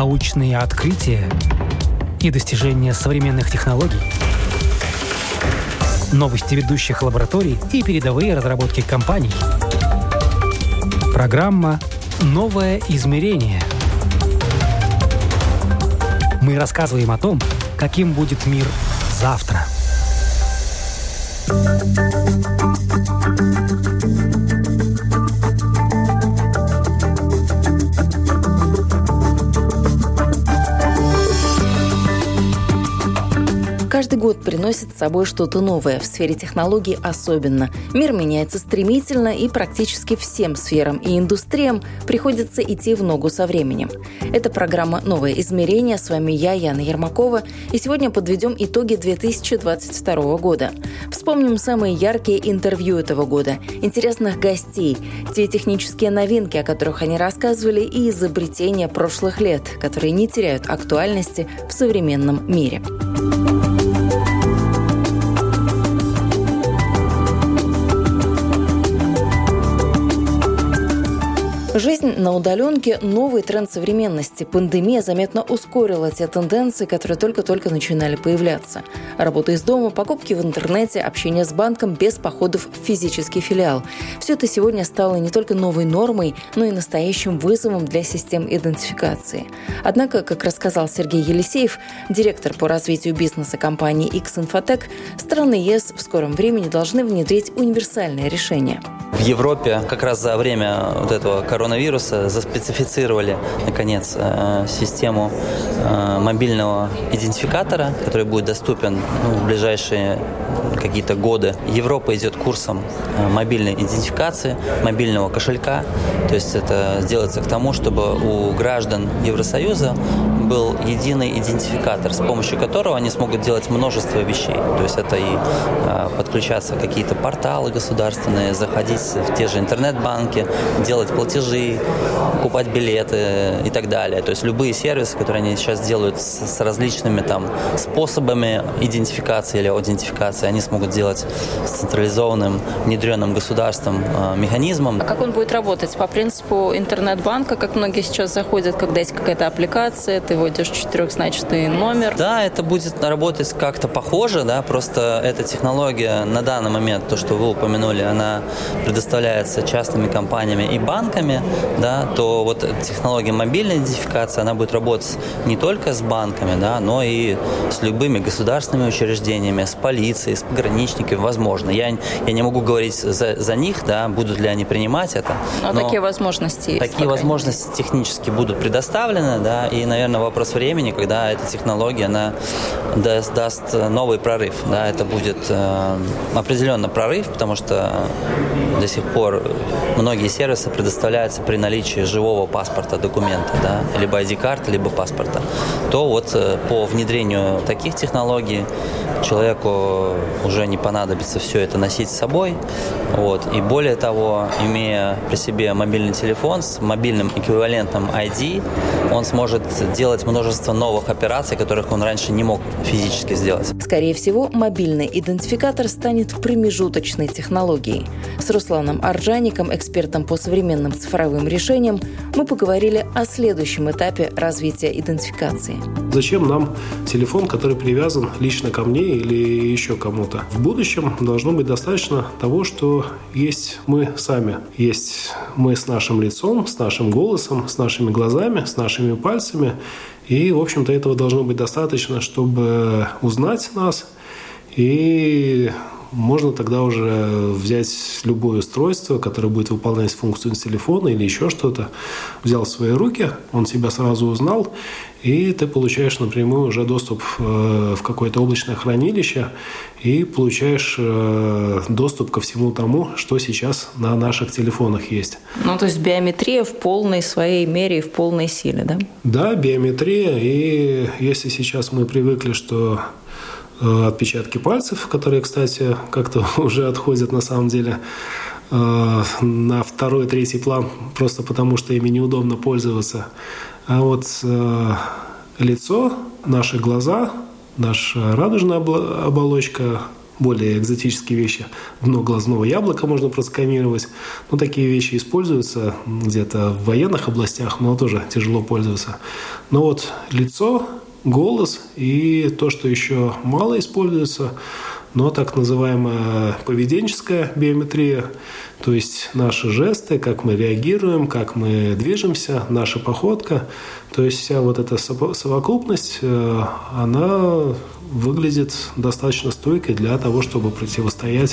научные открытия и достижения современных технологий, новости ведущих лабораторий и передовые разработки компаний. Программа «Новое измерение». Мы рассказываем о том, каким будет мир завтра. Каждый год приносит с собой что-то новое, в сфере технологий особенно. Мир меняется стремительно, и практически всем сферам и индустриям приходится идти в ногу со временем. Это программа «Новое измерение». С вами я, Яна Ермакова. И сегодня подведем итоги 2022 года. Вспомним самые яркие интервью этого года, интересных гостей, те технические новинки, о которых они рассказывали, и изобретения прошлых лет, которые не теряют актуальности в современном мире. Жизнь на удаленке – новый тренд современности. Пандемия заметно ускорила те тенденции, которые только-только начинали появляться. Работа из дома, покупки в интернете, общение с банком без походов в физический филиал. Все это сегодня стало не только новой нормой, но и настоящим вызовом для систем идентификации. Однако, как рассказал Сергей Елисеев, директор по развитию бизнеса компании X-Infotech, страны ЕС в скором времени должны внедрить универсальное решение. В Европе как раз за время вот этого коронавируса заспецифицировали, наконец, систему мобильного идентификатора, который будет доступен в ближайшие какие-то годы. Европа идет курсом мобильной идентификации, мобильного кошелька. То есть это сделается к тому, чтобы у граждан Евросоюза был единый идентификатор, с помощью которого они смогут делать множество вещей. То есть это и подключаться в какие-то порталы государственные, заходить в те же интернет-банки, делать платежи, покупать билеты и так далее. То есть любые сервисы, которые они сейчас делают с различными способами идентификации или аутентификации, они смогут делать с централизованным, внедренным государством механизмом. А как он будет работать? По принципу интернет-банка, как многие сейчас заходят, когда есть какая-то аппликация, ты вводишь 4-значный номер? Да, это будет работать как-то похоже, да, просто эта технология на данный момент, то, что вы упомянули, она предоставляется частными компаниями и банками, да, то вот технология мобильной идентификации, она будет работать не только с банками, да, но и с любыми государственными учреждениями, с полицией, с пограничниками, возможно. Я не могу говорить за них, да, будут ли они принимать это. Но такие возможности есть. Такие возможности технически будут предоставлены, да, и, наверное, вопрос времени, когда эта технология, она даст новый прорыв, да, это будет определенно прорыв, потому что до сих пор многие сервисы предоставляются при наличии живого паспорта, документа, да, либо ID-карты, либо паспорта. То вот по внедрению таких технологий человеку уже не понадобится все это носить с собой. Вот. И более того, имея при себе мобильный телефон с мобильным эквивалентом ID, он сможет делать множество новых операций, которых он раньше не мог физически сделать. Скорее всего, мобильный идентификатор станет промежуточной технологией. С Русланом Арджаником, экспертом по современным цифровым решениям, мы поговорили о следующем этапе развития идентификации. Зачем нам телефон, который привязан лично ко мне или еще кому-то? В будущем должно быть достаточно того, что есть мы сами. Есть мы с нашим лицом, с нашим голосом, с нашими глазами, с нашими пальцами. И, в общем-то, этого должно быть достаточно, чтобы узнать нас. И можно тогда уже взять любое устройство, которое будет выполнять функцию телефона или еще что-то, взял в свои руки, он тебя сразу узнал, и ты получаешь напрямую уже доступ в какое-то облачное хранилище и получаешь доступ ко всему тому, что сейчас на наших телефонах есть. Ну, то есть биометрия в полной своей мере и в полной силе, да? Да, биометрия. И если сейчас мы привыкли, что отпечатки пальцев, которые, кстати, как-то уже отходят на самом деле на второй, третий план, просто потому что ими неудобно пользоваться. А вот лицо, наши глаза, наша радужная оболочка, более экзотические вещи. Дно глазного яблока можно просканировать. Ну, такие вещи используются где-то в военных областях, но тоже тяжело пользоваться. Но вот лицо, голос и то, что еще мало используется, но так называемая поведенческая биометрия, то есть наши жесты, как мы реагируем, как мы движемся, наша походка, то есть вся вот эта совокупность, она выглядит достаточно стойкой для того, чтобы противостоять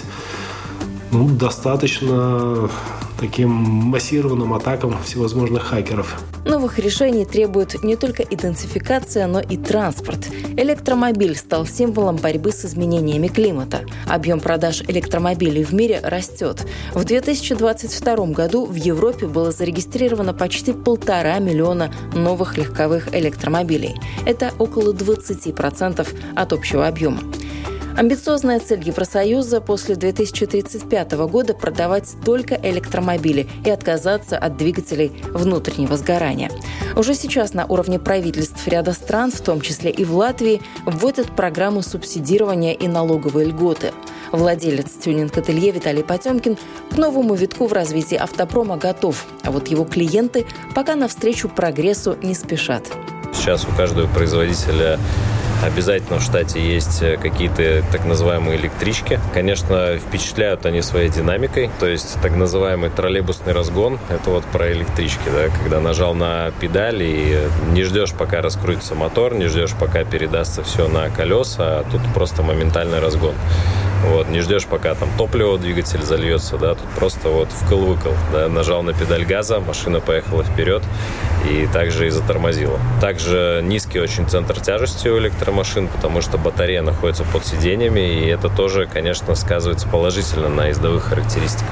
достаточно таким массированным атакам всевозможных хакеров. Новых решений требует не только идентификация, но и транспорт. Электромобиль стал символом борьбы с изменениями климата. Объем продаж электромобилей в мире растет. В 2022 году в Европе было зарегистрировано почти 1,5 миллиона новых легковых электромобилей. Это около 20% от общего объема. Амбициозная цель Евросоюза после 2035 года продавать только электромобили и отказаться от двигателей внутреннего сгорания. Уже сейчас на уровне правительств ряда стран, в том числе и в Латвии, вводят программу субсидирования и налоговые льготы. Владелец тюнинг-ателье Виталий Потемкин к новому витку в развитии автопрома готов, а вот его клиенты пока навстречу прогрессу не спешат. Сейчас у каждого производителя обязательно в штате есть какие-то так называемые электрички. Конечно, впечатляют они своей динамикой. То есть так называемый троллейбусный разгон – это вот про электрички, да, когда нажал на педаль и не ждешь, пока раскрутится мотор, не ждешь, пока передастся все на колеса, а тут просто моментальный разгон. Вот, не ждешь, пока там топливо в двигатель зальется, да, тут просто вот вкл-выкл, да, нажал на педаль газа, машина поехала вперед и также и затормозила. Также низкий очень центр тяжести у электромашин, потому что батарея находится под сиденьями, и это тоже, конечно, сказывается положительно на ездовых характеристиках.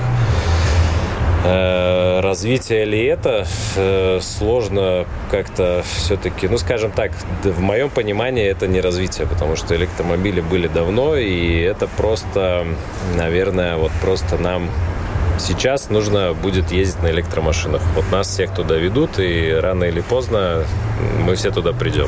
Развитие ли это? Сложно как-то все-таки, скажем так, в моем понимании это не развитие, потому что электромобили были давно, и это просто, наверное, вот просто нам сейчас нужно будет ездить на электромашинах. Вот нас всех туда ведут, и рано или поздно мы все туда придем.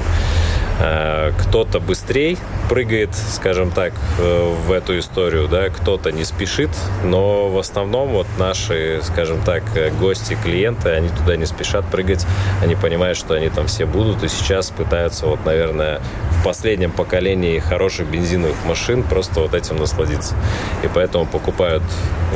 Кто-то быстрее прыгает, скажем так, в эту историю, да, кто-то не спешит, но в основном вот наши, скажем так, гости, клиенты, они туда не спешат прыгать, они понимают, что они там все будут, и сейчас пытаются, вот, наверное, в последнем поколении хороших бензиновых машин просто вот этим насладиться. И поэтому покупают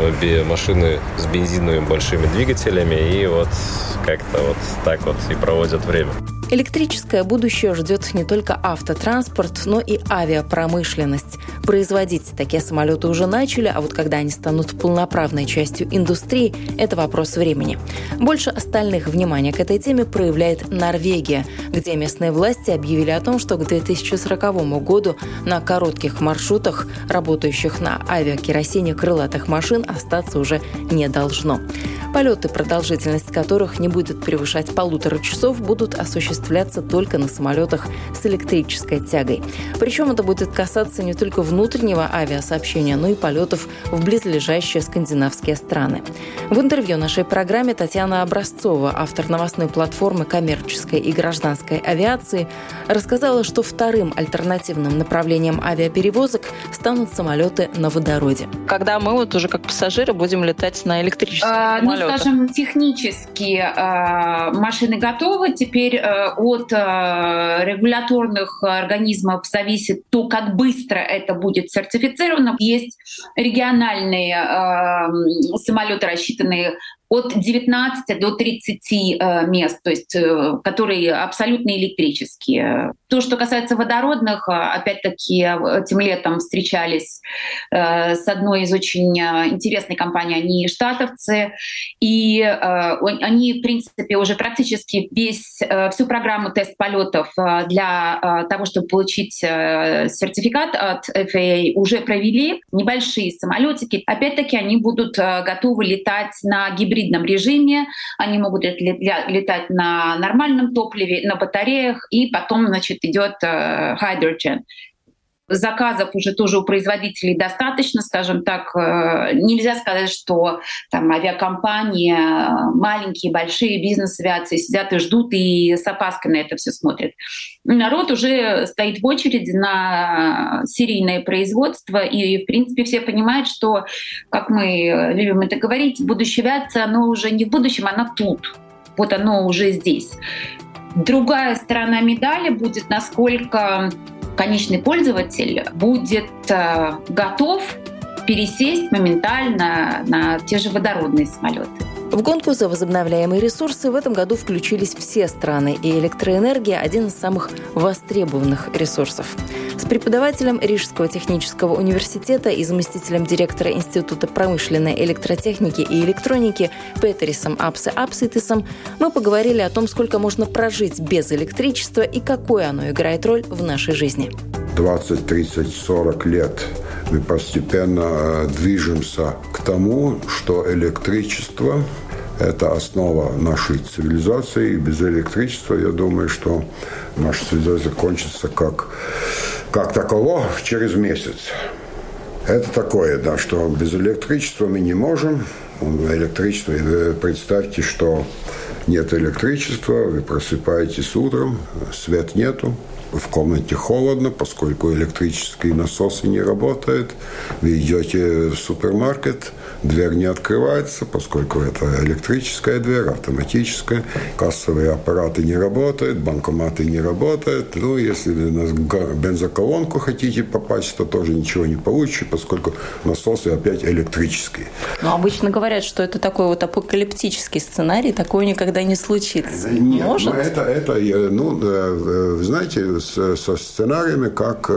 машины с бензиновыми большими двигателями и вот как-то вот так вот и проводят время. Электрическое будущее ждет не только автотранспорт, но и авиапромышленность. Производить такие самолеты уже начали, а вот когда они станут полноправной частью индустрии – это вопрос времени. Больше остальных внимания к этой теме проявляет Норвегия, где местные власти объявили о том, что к 2040 году на коротких маршрутах, работающих на авиакеросине крылатых машин, остаться уже не должно. Полеты, продолжительность которых не будет превышать 1,5 часов, будут осуществляться только на самолетах с электрической тягой. Причем это будет касаться не только внутреннего авиасообщения, но и полетов в близлежащие скандинавские страны. В интервью нашей программе Татьяна Образцова, автор новостной платформы коммерческой и гражданской авиации, рассказала, что вторым альтернативным направлением авиаперевозок станут самолеты на водороде. Когда мы вот уже как пассажиры будем летать на электрических самолетах? Скажем, технически машины готовы. Теперь от регуляторных организмов зависит то, как быстро это будет сертифицировано. Есть региональные самолеты, рассчитанные от 19 до 30 мест, то есть которые абсолютно электрические. То, что касается водородных, опять-таки, этим летом встречались с одной из очень интересной компаний, они штатовцы, и они, в принципе, уже практически всю программу тест-полетов для того, чтобы получить сертификат от FAA, уже провели. Небольшие самолетики. Опять-таки, они будут готовы летать на гибридном режиме, они могут летать на нормальном топливе, на батареях, и потом, идет hydrogen. Заказов уже тоже у производителей достаточно, скажем так. Нельзя сказать, что там авиакомпании, маленькие, большие, бизнес авиации сидят и ждут, и с опаской на это все смотрят. Народ уже стоит в очереди на серийное производство, и, в принципе, все понимают, что, как мы любим это говорить, будущее авиации, оно уже не в будущем, оно тут. Вот оно уже здесь. Другая сторона медали будет, насколько конечный пользователь будет готов пересесть моментально на те же водородные самолеты. В гонку за возобновляемые ресурсы в этом году включились все страны, и электроэнергия – один из самых востребованных ресурсов. С преподавателем Рижского технического университета и заместителем директора Института промышленной электротехники и электроники Петерисом Апсе-Апситисом мы поговорили о том, сколько можно прожить без электричества и какое оно играет роль в нашей жизни. 20, 30, 40 лет мы постепенно движемся к тому, что электричество – это основа нашей цивилизации. И без электричества, я думаю, что наша цивилизация кончится как таково через месяц. Это такое, да, что без электричества мы не можем. Электричество, представьте, что нет электричества, вы просыпаетесь утром, свет нету. В комнате холодно, поскольку электрические насосы не работают. Вы идете в супермаркет, дверь не открывается, поскольку это электрическая дверь, автоматическая. Кассовые аппараты не работают, банкоматы не работают. Ну, если вы на бензоколонку хотите попасть, то тоже ничего не получите, поскольку насосы опять электрические. Но обычно говорят, что это такой вот апокалиптический сценарий, такое никогда не случится. Нет, может? Вы знаете, со сценариями, как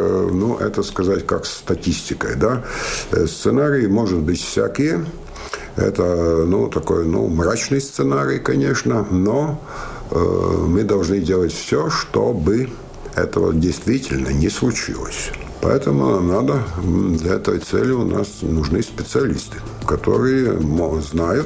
статистикой, да. Сценарии может быть всякие. Это, такой, мрачный сценарий, конечно, но мы должны делать все, чтобы этого действительно не случилось. Поэтому надо, для этой цели у нас нужны специалисты, которые знают,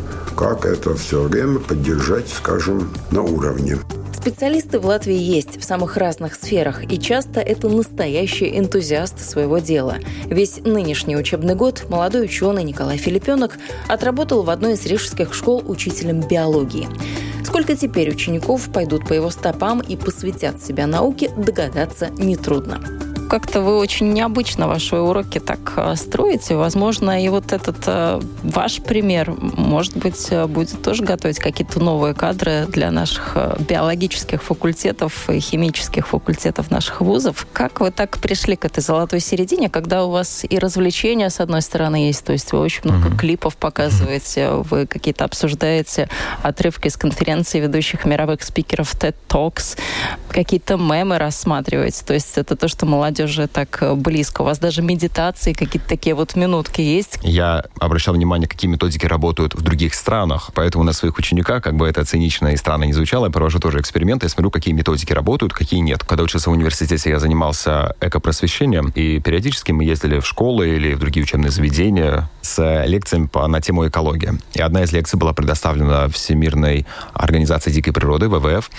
как это все время поддержать, скажем, на уровне. Специалисты в Латвии есть в самых разных сферах, и часто это настоящие энтузиасты своего дела. Весь нынешний учебный год молодой ученый Николай Филипенок отработал в одной из рижских школ учителем биологии. Сколько теперь учеников пойдут по его стопам и посвятят себя науке, догадаться нетрудно. Как-то вы очень необычно ваши уроки так строите. Возможно, и вот этот ваш пример, может быть, будет тоже готовить какие-то новые кадры для наших биологических факультетов и химических факультетов наших вузов. Как вы так пришли к этой золотой середине, когда у вас и развлечения, с одной стороны, есть, то есть вы очень много клипов показываете, вы какие-то обсуждаете отрывки с конференций ведущих мировых спикеров TED Talks, какие-то мемы рассматриваете, то есть это то, что молодежь уже так близко. У вас даже медитации, какие-то такие вот минутки есть? Я обращал внимание, какие методики работают в других странах, поэтому на своих учениках, как бы это цинично и странно не звучало, я провожу тоже эксперименты, я смотрю, какие методики работают, какие нет. Когда учился в университете, я занимался экопросвещением, и периодически мы ездили в школы или в другие учебные заведения с лекциями на тему экологии. И одна из лекций была предоставлена Всемирной организации дикой природы, ВВФ,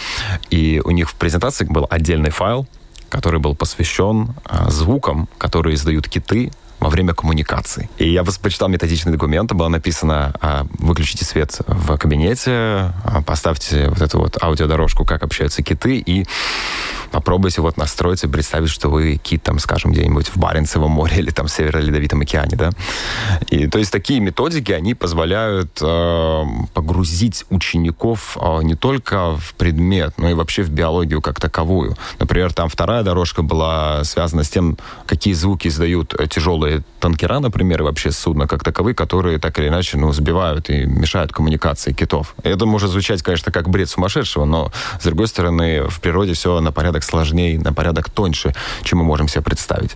и у них в презентации был отдельный файл, который был посвящен звукам, которые издают киты во время коммуникации. И я почитал методичный документ, было написано: выключите свет в кабинете, поставьте вот эту вот аудиодорожку, как общаются киты, и попробуйте вот настроить и представить, что вы кит, там, скажем, где-нибудь в Баренцевом море или там в Северо-Ледовитом океане, да. И то есть такие методики, они позволяют погрузить учеников не только в предмет, но и вообще в биологию как таковую. Например, там вторая дорожка была связана с тем, какие звуки издают тяжелые танкера, например, и вообще судна как таковые, которые так или иначе, сбивают и мешают коммуникации китов. Это может звучать, конечно, как бред сумасшедшего, но, с другой стороны, в природе все на порядок сложнее, на порядок тоньше, чем мы можем себе представить.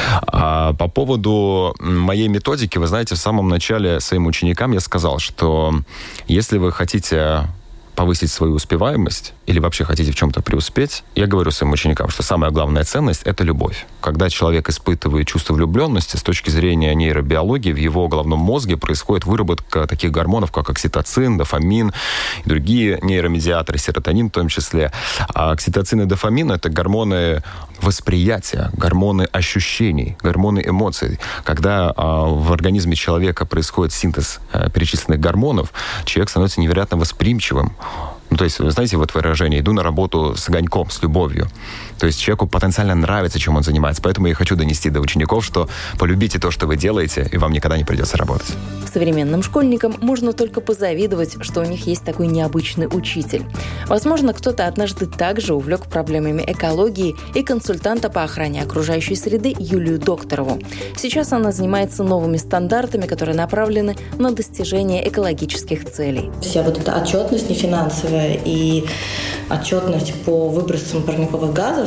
По поводу моей методики, вы знаете, в самом начале своим ученикам я сказал, что если вы хотите повысить свою успеваемость или вообще хотите в чем-то преуспеть, я говорю своим ученикам, что самая главная ценность — это любовь. Когда человек испытывает чувство влюбленности, с точки зрения нейробиологии, в его головном мозге происходит выработка таких гормонов, как окситоцин, дофамин и другие нейромедиаторы, серотонин в том числе. А окситоцин и дофамин — это гормоны восприятия, гормоны ощущений, гормоны эмоций. Когда в организме человека происходит синтез перечисленных гормонов, человек становится невероятно восприимчивым. Ну, то есть, вы знаете, вот выражение «иду на работу с огоньком, с любовью». То есть человеку потенциально нравится, чем он занимается. Поэтому я хочу донести до учеников, что полюбите то, что вы делаете, и вам никогда не придется работать. Современным школьникам можно только позавидовать, что у них есть такой необычный учитель. Возможно, кто-то однажды также увлек проблемами экологии и консультанта по охране окружающей среды Юлию Докторову. Сейчас она занимается новыми стандартами, которые направлены на достижение экологических целей. Вся вот эта отчетность нефинансовая и отчетность по выбросам парниковых газов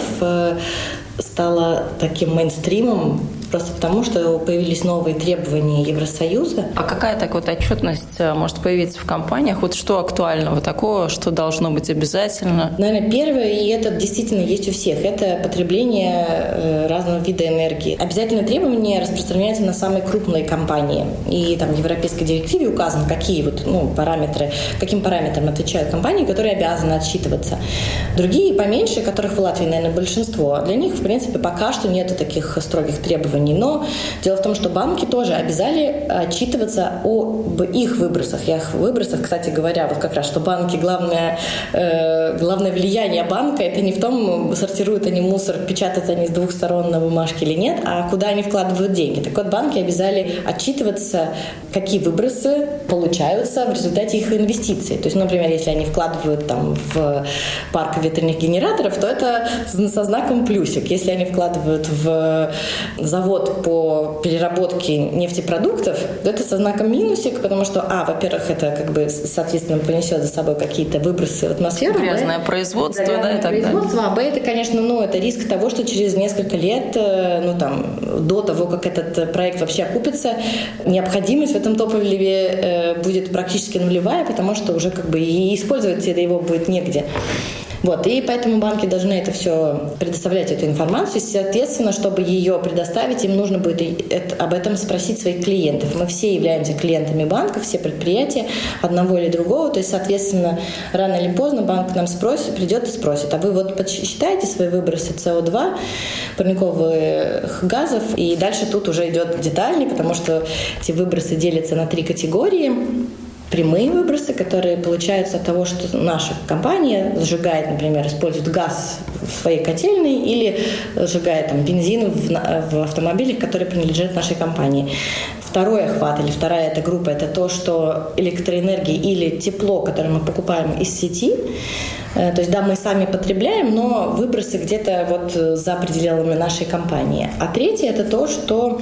стала таким мейнстримом просто потому, что появились новые требования Евросоюза. А какая так вот отчетность может появиться в компаниях? Вот что актуального такого, что должно быть обязательно? Наверное, первое, и это действительно есть у всех, это потребление разного вида энергии. Обязательное требование распространяется на самые крупные компании. И там в Европейской директиве указано, какие вот, параметры, каким параметрам отвечают компании, которые обязаны отчитываться. Другие поменьше, которых в Латвии, наверное, большинство, для них, в принципе, пока что нету таких строгих требований. Но дело в том, что банки тоже обязали отчитываться об их выбросах. И о выбросах, кстати говоря, вот как раз, что банки, главное влияние банка, это не в том, сортируют они мусор, печатают они с двух сторон на бумажке или нет, а куда они вкладывают деньги. Так вот, банки обязали отчитываться, какие выбросы получаются в результате их инвестиций. То есть, например, если они вкладывают там в парк ветряных генераторов, то это со знаком плюсик. Если они вкладывают в завод по переработке нефтепродуктов, то это со знаком минусик, потому что, во-первых, это соответственно понесет за собой какие-то выбросы в атмосферу. Грязное производство, да, и так далее. А Б, это, конечно, это риск того, что через несколько лет, до того, как этот проект вообще окупится, необходимость в этом топливе будет практически нулевая, потому что уже и использовать его будет негде. И поэтому банки должны это все предоставлять, эту информацию. Соответственно, чтобы ее предоставить, им нужно будет об этом спросить своих клиентов. Мы все являемся клиентами банков, все предприятия одного или другого. То есть, соответственно, рано или поздно банк к нам придет и спросит: а вы подсчитаете свои выбросы СО2, парниковых газов? И дальше тут уже идет детальнее, потому что эти выбросы делятся на 3 категории. Прямые выбросы, которые получаются от того, что наша компания сжигает, например, использует газ в своей котельной или сжигает бензин в автомобилях, которые принадлежат нашей компании. Второй охват или вторая эта группа – это то, что электроэнергия или тепло, которое мы покупаем из сети. То есть, да, мы сами потребляем, но выбросы где-то за пределами нашей компании. А третье – это то, что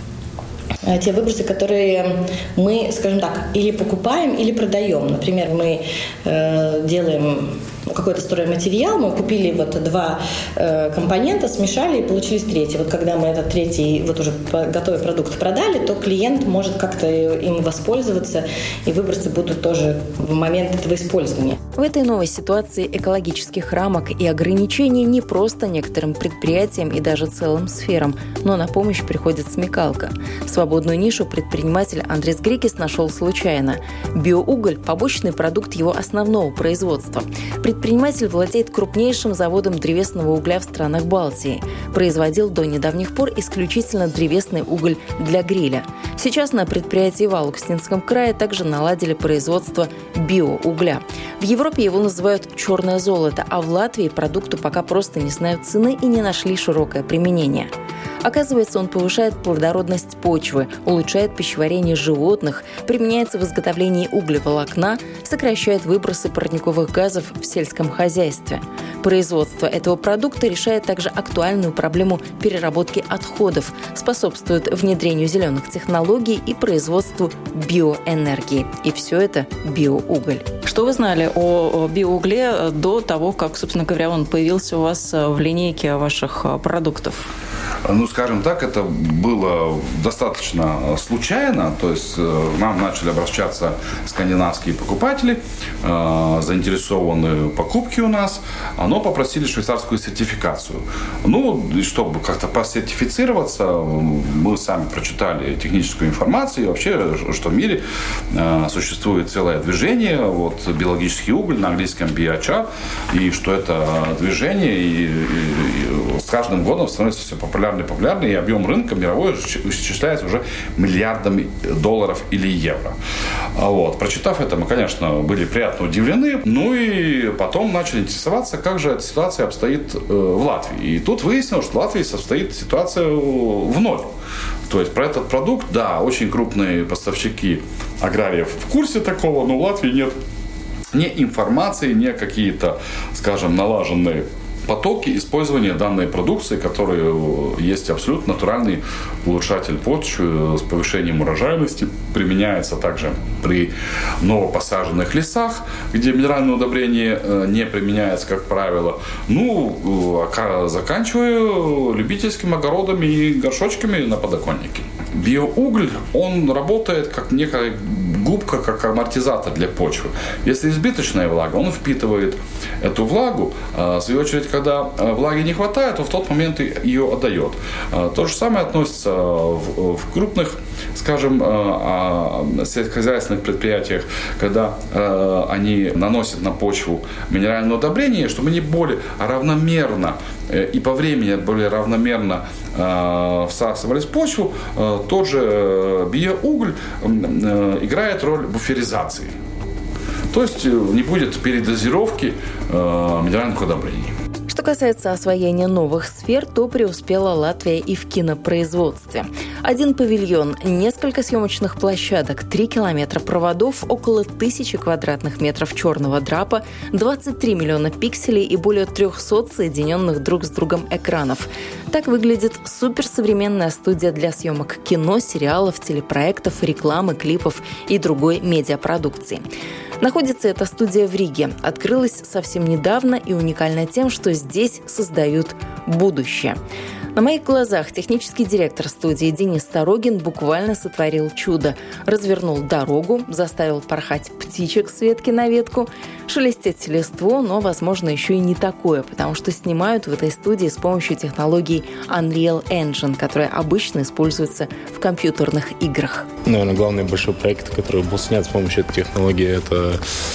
те выбросы, которые мы, скажем так, или покупаем, или продаем. Например, мы делаем какой-то стройматериал, мы купили 2 компонента, смешали и получились третий. Когда мы этот третий уже готовый продукт продали, то клиент может как-то им воспользоваться, и выбросы будут тоже в момент этого использования. В этой новой ситуации экологических рамок и ограничений не просто некоторым предприятиям и даже целым сферам, но на помощь приходит смекалка. Свободную нишу предприниматель Андрис Грикис нашел случайно. Биоуголь – побочный продукт его основного производства. Предприниматель владеет крупнейшим заводом древесного угля в странах Балтии. Производил до недавних пор исключительно древесный уголь для гриля. Сейчас на предприятии в Алукстинском крае также наладили производство биоугля. В Европе его называют «черное золото», а в Латвии продукту пока просто не знают цены и не нашли широкое применение. Оказывается, он повышает плодородность почвы, улучшает пищеварение животных, применяется в изготовлении углеволокна, сокращает выбросы парниковых газов в сельском хозяйстве. Производство этого продукта решает также актуальную проблему переработки отходов, способствует внедрению зеленых технологий и производству биоэнергии. И все это биоуголь. Что вы знали о биоугле до того, как, собственно говоря, он появился у вас в линейке ваших продуктов? скажем так, это было достаточно случайно. То есть нам начали обращаться скандинавские покупатели, заинтересованные в покупке у нас, но попросили швейцарскую сертификацию. И чтобы как-то посертифицироваться, мы сами прочитали техническую информацию, и вообще, что в мире существует целое движение, биологический уголь, на английском BHR, и что это движение и с каждым годом становится все популярнее, и объем рынка мировой исчисляется уже миллиардами долларов или евро. Прочитав это, мы, конечно, были приятно удивлены, и потом начали интересоваться, как же эта ситуация обстоит в Латвии. И тут выяснилось, что в Латвии состоит ситуация в ноль. То есть про этот продукт, да, очень крупные поставщики аграриев в курсе такого, но в Латвии нет ни информации, ни какие-то, скажем, налаженные потоки использования данной продукции, которые есть абсолютно натуральный улучшатель почвы с повышением урожайности, применяется также при новопосаженных лесах, где минеральное удобрение не применяется, как правило. Заканчивая любительскими огородами и горшочками на подоконнике. Биоуголь, он работает как некая губка, как амортизатор для почвы. Если избыточная влага, он впитывает эту влагу. В свою очередь, когда влаги не хватает, то в тот момент ее отдает. То же самое относится в крупных, скажем, сельскохозяйственных предприятиях, когда они наносят на почву минеральное удобрение, чтобы они более равномерно и по времени более равномерно всасывались в почву, тот же биоуголь играет роль буферизации. То есть не будет передозировки минеральных удобрений. Что касается освоения новых сфер, то преуспела Латвия и в кинопроизводстве. 1 павильон, несколько съемочных площадок, 3 километра проводов, около 1000 квадратных метров черного драпа, 23 миллиона пикселей и более 300 соединенных друг с другом экранов. Так выглядит суперсовременная студия для съемок кино, сериалов, телепроектов, рекламы, клипов и другой медиапродукции. Находится эта студия в Риге. Открылась совсем недавно и уникальна тем, что здесь создают будущее. На моих глазах технический директор студии Денис Старогин буквально сотворил чудо. Развернул дорогу, заставил порхать птичек с ветки на ветку, шелестеть листву, но, возможно, еще и не такое, потому что снимают в этой студии с помощью технологии Unreal Engine, которая обычно используется в компьютерных играх. Наверное, главный большой проект, который был снят с помощью этой технологии, это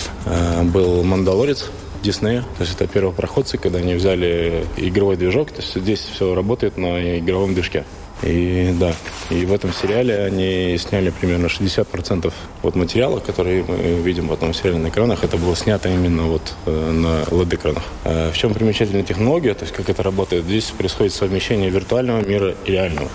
был «Мандалорец» Диснея. То есть это первопроходцы, когда они взяли игровой движок. То есть здесь все работает на игровом движке. И да, и в этом сериале они сняли примерно 60% материала, который мы видим потом в сериале на экранах. Это было снято именно на LED-экранах. В чем примечательная технология, то есть как это работает? Здесь происходит совмещение виртуального мира и реального.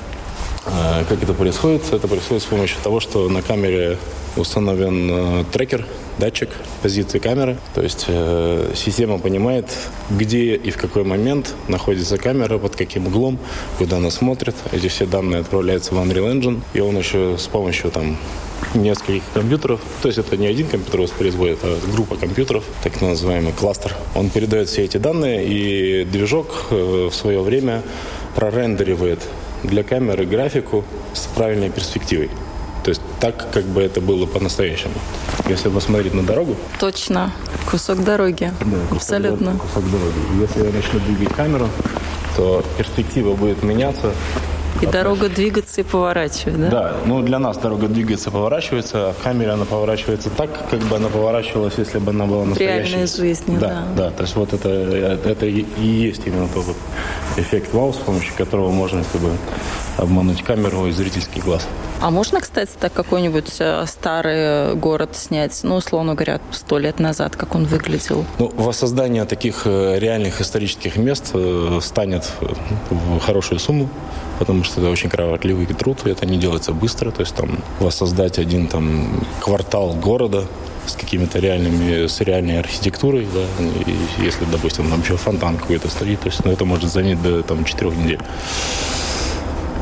Как это происходит? Это происходит с помощью того, что на камере установлен трекер, датчик позиции камеры. То есть система понимает, где и в какой момент находится камера, под каким углом, куда она смотрит. Эти все данные отправляются в Unreal Engine. И он еще с помощью нескольких компьютеров, то есть это не один компьютер воспроизводит, а группа компьютеров, так называемый кластер. Он передает все эти данные, и движок в свое время прорендеривает для камеры графику с правильной перспективой. То есть так, как бы это было по-настоящему. Если посмотреть на дорогу... Точно. Кусок дороги. Да, абсолютно. Кусок дороги. Если я начну двигать камеру, то перспектива будет меняться. И дорога двигаться и поворачивать, да? Да. Для нас дорога двигается и поворачивается, а в камере она поворачивается так, как бы она поворачивалась, если бы она была настоящей. В реальной жизни, да. Да. То есть это и есть именно тот эффект вау, с помощью которого можно обмануть камеру и зрительский глаз. А можно, кстати, так какой-нибудь старый город снять, условно говоря, 100 лет назад, как он выглядел? Воссоздание таких реальных исторических мест станет в хорошую сумму, потому что это очень кропотливый труд, и это не делается быстро. То есть воссоздать один квартал города с какими-то с реальной архитектурой, да, и если, допустим, там еще фонтан какой-то стоит, то есть это может занять до 4 недель.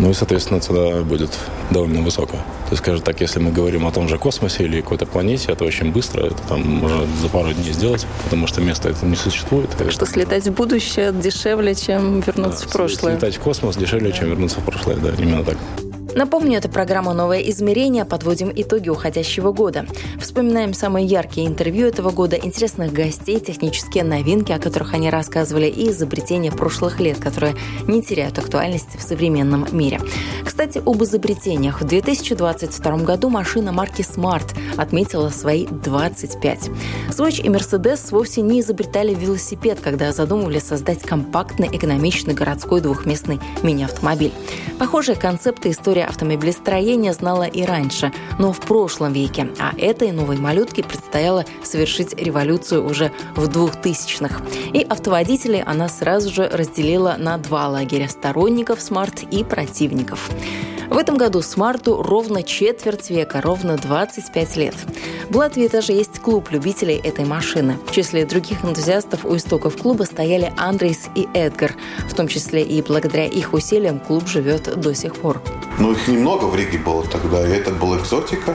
Ну и, соответственно, цена будет довольно высокая. То есть, скажем так, если мы говорим о том же космосе или какой-то планете, это очень быстро, это там можно за пару дней сделать, потому что места это не существует. Что слетать в будущее дешевле, чем вернуться в прошлое. Слетать в космос дешевле, чем вернуться в прошлое, да, именно так. Напомню, это программа «Новое измерение». Подводим итоги уходящего года. Вспоминаем самые яркие интервью этого года, интересных гостей, технические новинки, о которых они рассказывали, и изобретения прошлых лет, которые не теряют актуальности в современном мире. Кстати, об изобретениях. В 2022 году машина марки Smart отметила свои 25. Swatch и Mercedes вовсе не изобретали велосипед, когда задумывали создать компактный, экономичный городской двухместный мини-автомобиль. Похожие концепты история автомобилестроения знала и раньше, но в прошлом веке. А этой новой малютке предстояло совершить революцию уже в 2000-х. И автоводителей она сразу же разделила на два лагеря – сторонников Smart и противников. В этом году Смарту ровно четверть века, ровно 25 лет. В Латвии даже есть клуб любителей этой машины. В числе других энтузиастов у истоков клуба стояли Андрейс и Эдгар. В том числе и благодаря их усилиям клуб живет до сих пор. Ну, их немного в Риге было тогда, и это была экзотика.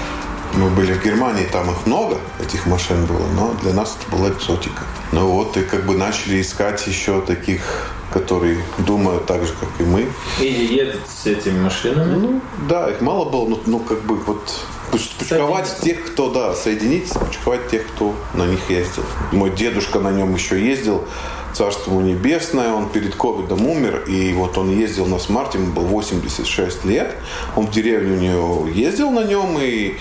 Мы были в Германии, там их много, этих машин было, но для нас это была экзотика. Ну вот, и как бы начали искать еще таких, которые думают так же, как и мы. И едут с этими машинами? Ну, да, их мало было, но как бы вот пучковать тех, кто, да, соединить, пучковать тех, кто на них ездил. Мой дедушка на нем еще ездил, царство ему небесное, он перед ковидом умер, и вот он ездил на Смарте, ему было 86 лет, он в деревню у него ездил на нем и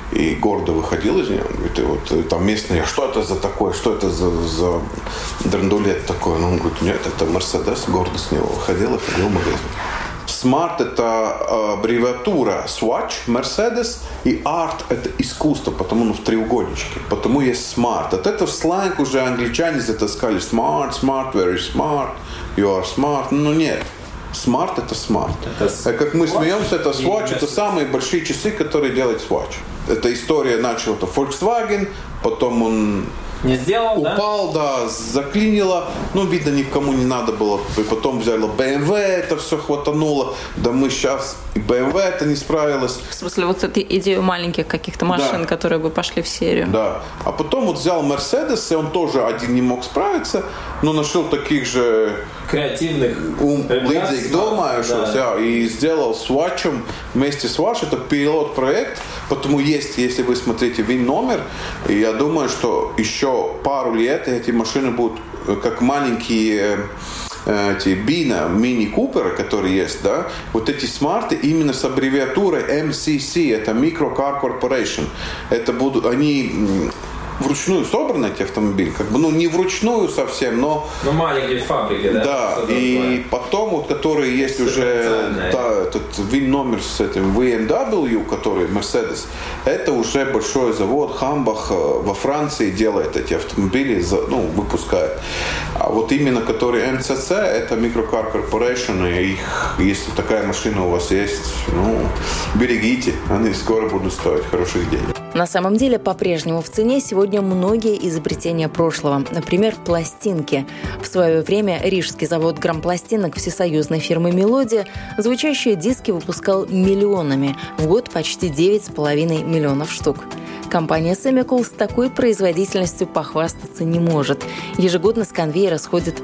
гордо выходил из нее, он говорит, и вот там местные, что это за такое, что это за драндулет такой, ну, он говорит, нет, это Мерседес, гордо с него выходил и ходил в магазин. Smart – это аббревиатура Swatch, Mercedes, и Art – это искусство, потому в треугольничке, потому есть Smart. Вот это в сленг уже англичане затаскали Smart, Smart, very smart, you are smart. Ну нет, Smart – это Smart. Как мы смеемся, это Swatch, это самые большие часы, которые делает Swatch. Эта история начала-то Volkswagen, потом он не сделал, упал, да, заклинило, ну, видно, никому не надо было, и потом взяли BMW, это все хватануло, да мы сейчас, и BMW это не справилось. В смысле, вот эту идею маленьких каких-то машин, да, которые бы пошли в серию. Да, а потом вот взял Mercedes, и он тоже один не мог справиться, но нашел таких же креативных людей дома, да, и сделал Swatch'ем, вместе с Swatch, это пилот-проект, потому есть, если вы смотрите VIN-номер, и я думаю, что еще пару лет эти машины будут как маленькие эти Бина, мини-куперы, которые есть, да, вот эти смарты именно с аббревиатурой MCC, это Micro Car Corporation. Это будут, они вручную собраны, эти автомобили, как бы, ну, не вручную совсем, но... Ну, маленькие фабрики, да? Да, и потом, вот, которые есть уже, да, этот VIN-номер с этим BMW, который Mercedes, это уже большой завод, Хамбах во Франции делает эти автомобили, ну, выпускает. А вот именно, который MCC, это Micro Car Corporation, и их, если такая машина у вас есть, ну, берегите, они скоро будут стоить хороших денег. На самом деле, по-прежнему в цене сегодня многие изобретения прошлого. Например, пластинки. В свое время рижский завод грампластинок всесоюзной фирмы «Мелодия» звучащие диски выпускал миллионами. В год почти 9,5 миллионов штук. Компания Semicol с такой производительностью похвастаться не может. Ежегодно с конвейера сходит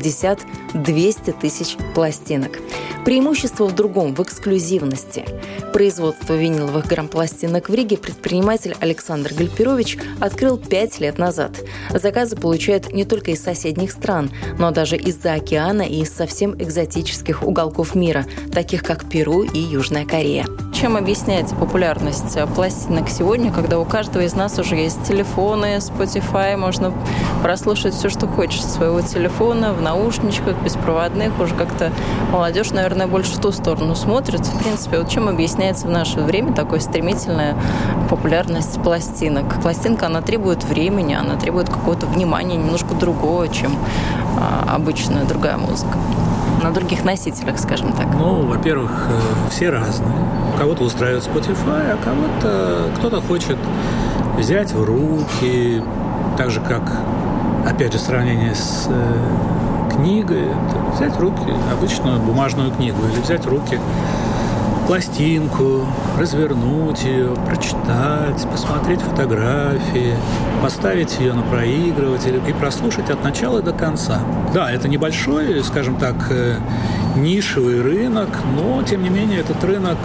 150-200 тысяч пластинок. Преимущество в другом, в эксклюзивности. Производство виниловых грампластинок в Риге предприниматель Александр Гальперович открыл 5 лет назад. Заказы получают не только из соседних стран, но даже из-за океана и из совсем экзотических уголков мира, таких как Перу и Южная Корея. Чем объясняется популярность пластинок сегодня, когда у каждого из нас уже есть телефоны, Spotify, можно прослушать все, что хочешь со своего телефона, в наушничках, беспроводных, уже как-то молодежь, наверное, больше в ту сторону смотрит. В принципе, вот чем объясняется в наше время такая стремительная популярность пластинок? Пластинка, она требует времени, она требует какого-то внимания, немножко другого, чем обычная другая музыка. На других носителях, скажем так. Ну, во-первых, все разные. Кого-то устраивает Spotify, а кто-то хочет взять в руки, так же, как, опять же, сравнение с книга, это взять в руки обычную бумажную книгу или взять в руки пластинку, развернуть ее, прочитать, посмотреть фотографии, поставить ее на проигрыватель и прослушать от начала до конца. Да, это небольшой, скажем так, нишевый рынок, но, тем не менее, этот рынок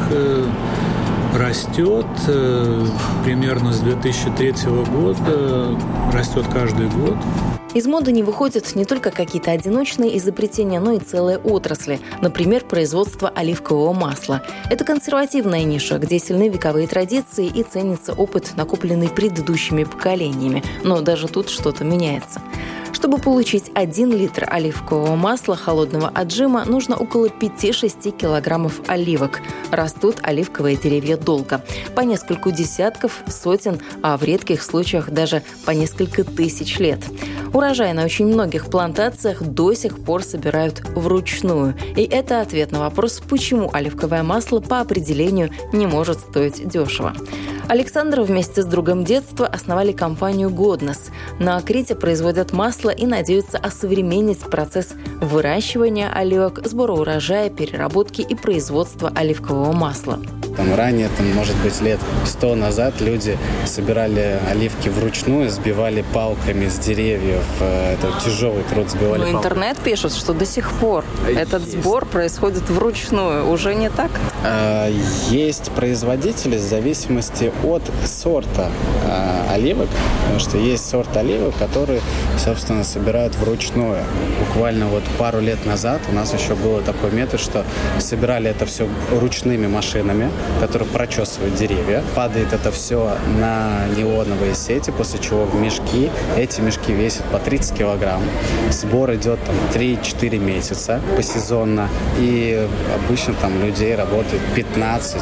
растет примерно с 2003 года, растет каждый год. Из моды не выходят не только какие-то одиночные изобретения, но и целые отрасли. Например, производство оливкового масла. Это консервативная ниша, где сильны вековые традиции и ценится опыт, накопленный предыдущими поколениями. Но даже тут что-то меняется. Чтобы получить 1 литр оливкового масла холодного отжима, нужно около 5-6 килограммов оливок. Растут оливковые деревья долго. По нескольку десятков, сотен, а в редких случаях даже по несколько тысяч лет. Урожай на очень многих плантациях до сих пор собирают вручную. И это ответ на вопрос, почему оливковое масло по определению не может стоить дешево. Александр вместе с другом детства основали компанию «Годнес». На Крите производят масло и надеются осовременить процесс выращивания оливок, сбора урожая, переработки и производства оливкового масла. Ранее, может быть, лет 100 назад люди собирали оливки вручную, сбивали палками с деревьев. Это тяжелый труд, сбивали палками. Но интернет пишет, что до сих пор этот сбор происходит вручную. Уже не так? Есть производители в зависимости от сорта оливок, потому что есть сорт оливок, которые, собственно, собирают вручную. Буквально пару лет назад у нас еще был такой метод, что собирали это все ручными машинами, которые прочесывают деревья. Падает это все на нейлоновые сети, после чего в мешки. Эти мешки весят по 30 килограмм. Сбор идет 3-4 месяца посезонно. И обычно людей работает 15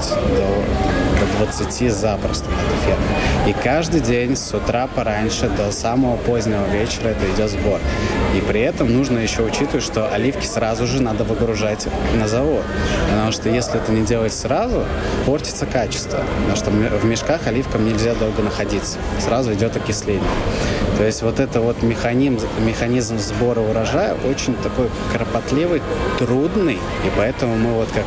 до 20 запросто на этой ферме. И каждый день с утра пораньше до самого позднего вечера это идет сбор. И при этом нужно еще учитывать, что оливки сразу же надо выгружать на завод. Потому что если это не делать сразу, портится качество. Потому что в мешках оливкам нельзя долго находиться. Сразу идет окисление. То есть механизм сбора урожая очень такой кропотливый, трудный. И поэтому мы как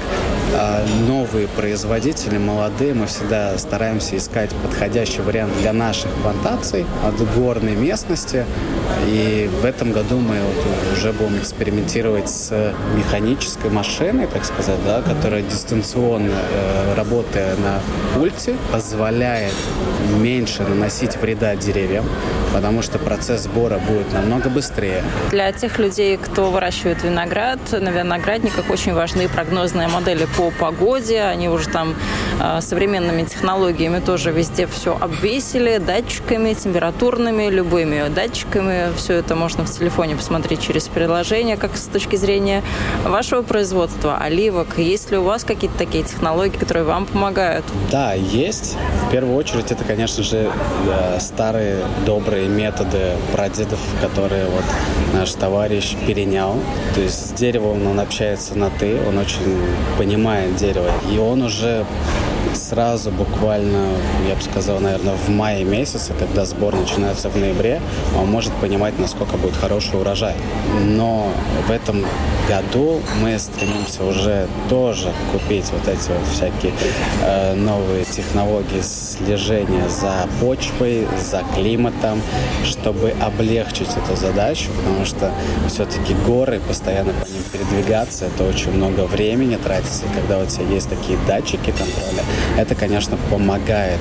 новые производители, молодые, мы всегда стараемся искать подходящий вариант для наших плантаций от горной местности. И в этом году мы уже будем экспериментировать с механической машиной, так сказать, которая дистанционно, работая на пульте, позволяет меньше наносить вреда деревьям, потому что процесс сбора будет намного быстрее. Для тех людей, кто выращивает виноград, на виноградниках очень важны прогнозные модели по погоде. Они уже современными технологиями тоже везде все обвесили, датчиками, температурными, любыми датчиками. Все это можно в телефоне посмотреть через приложение, как с точки зрения вашего производства, оливок. Есть ли у вас какие-то такие технологии, которые вам помогают? Да, есть. В первую очередь это, конечно же, старые добрые методы прадедов, которые наш товарищ перенял. То есть с деревом он общается на «ты», он очень понимает дерево. И он уже сразу, буквально, я бы сказал, наверное, в мае месяце, когда сбор начинается в ноябре, он может понимать, насколько будет хороший урожай. Но в этом году мы стремимся уже тоже купить эти всякие новые технологии слежения за почвой, за климатом, чтобы облегчить эту задачу, потому что все-таки горы, постоянно по ним передвигаться, это очень много времени тратится. И когда у тебя есть такие датчики контроля, это, конечно, помогает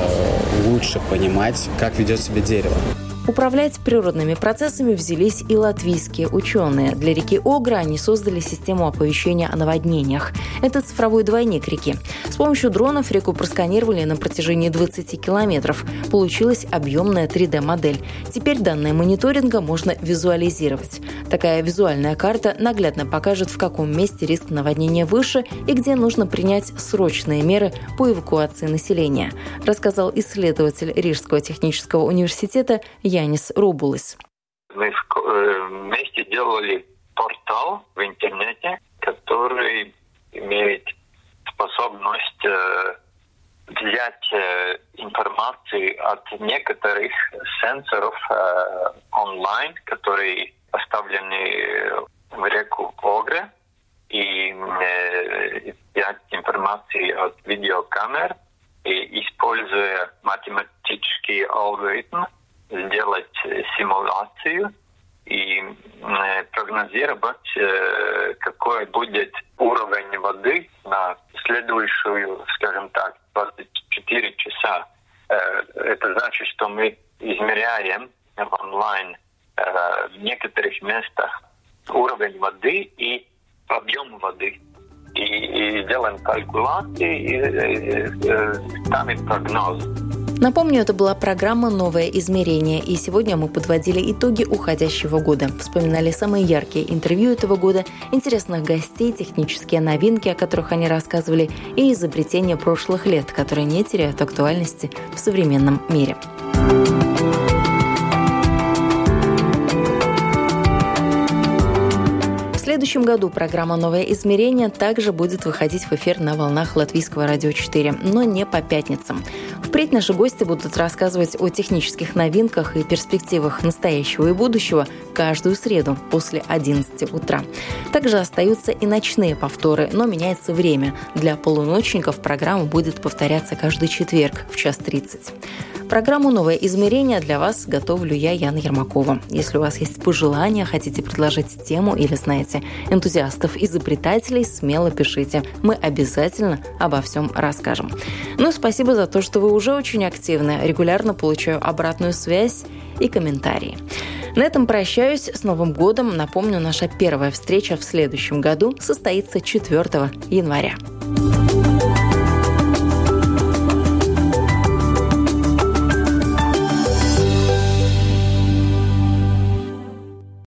лучше понимать, как ведет себя дерево. Управлять природными процессами взялись и латвийские ученые. Для реки Огра они создали систему оповещения о наводнениях. Это цифровой двойник реки. С помощью дронов реку просканировали на протяжении 20 километров. Получилась объемная 3D-модель. Теперь данные мониторинга можно визуализировать. Такая визуальная карта наглядно покажет, в каком месте риск наводнения выше и где нужно принять срочные меры по эвакуации населения, рассказал исследователь Рижского технического университета Янис Рубулис. Мы вместе делали портал в интернете, который имеет способность взять информацию от некоторых сенсоров онлайн, которые поставлены в реку Огре и взять информацию от видеокамер и, используя математический алгоритм, сделать симуляцию и прогнозировать, какой будет уровень воды на следующую, скажем так, 24 часа. Это значит, что мы измеряем онлайн в некоторых местах уровень воды и объем воды. И делаем калькуляции и ставим прогноз. Напомню, это была программа «Новое измерение», и сегодня мы подводили итоги уходящего года. Вспоминали самые яркие интервью этого года, интересных гостей, технические новинки, о которых они рассказывали, и изобретения прошлых лет, которые не теряют актуальности в современном мире. В следующем году программа «Новое измерение» также будет выходить в эфир на волнах Латвийского радио 4, но не по пятницам. Впредь наши гости будут рассказывать о технических новинках и перспективах настоящего и будущего каждую среду после 11 утра. Также остаются и ночные повторы, но меняется время. Для полуночников программа будет повторяться каждый четверг в 1:30. Программу «Новое измерение» для вас готовлю я, Яна Ермакова. Если у вас есть пожелания, хотите предложить тему или знаете энтузиастов, изобретателей, смело пишите. Мы обязательно обо всем расскажем. Ну и спасибо за то, что вы уже очень активны. Регулярно получаю обратную связь и комментарии. На этом прощаюсь. С Новым годом. Напомню, наша первая встреча в следующем году состоится 4 января.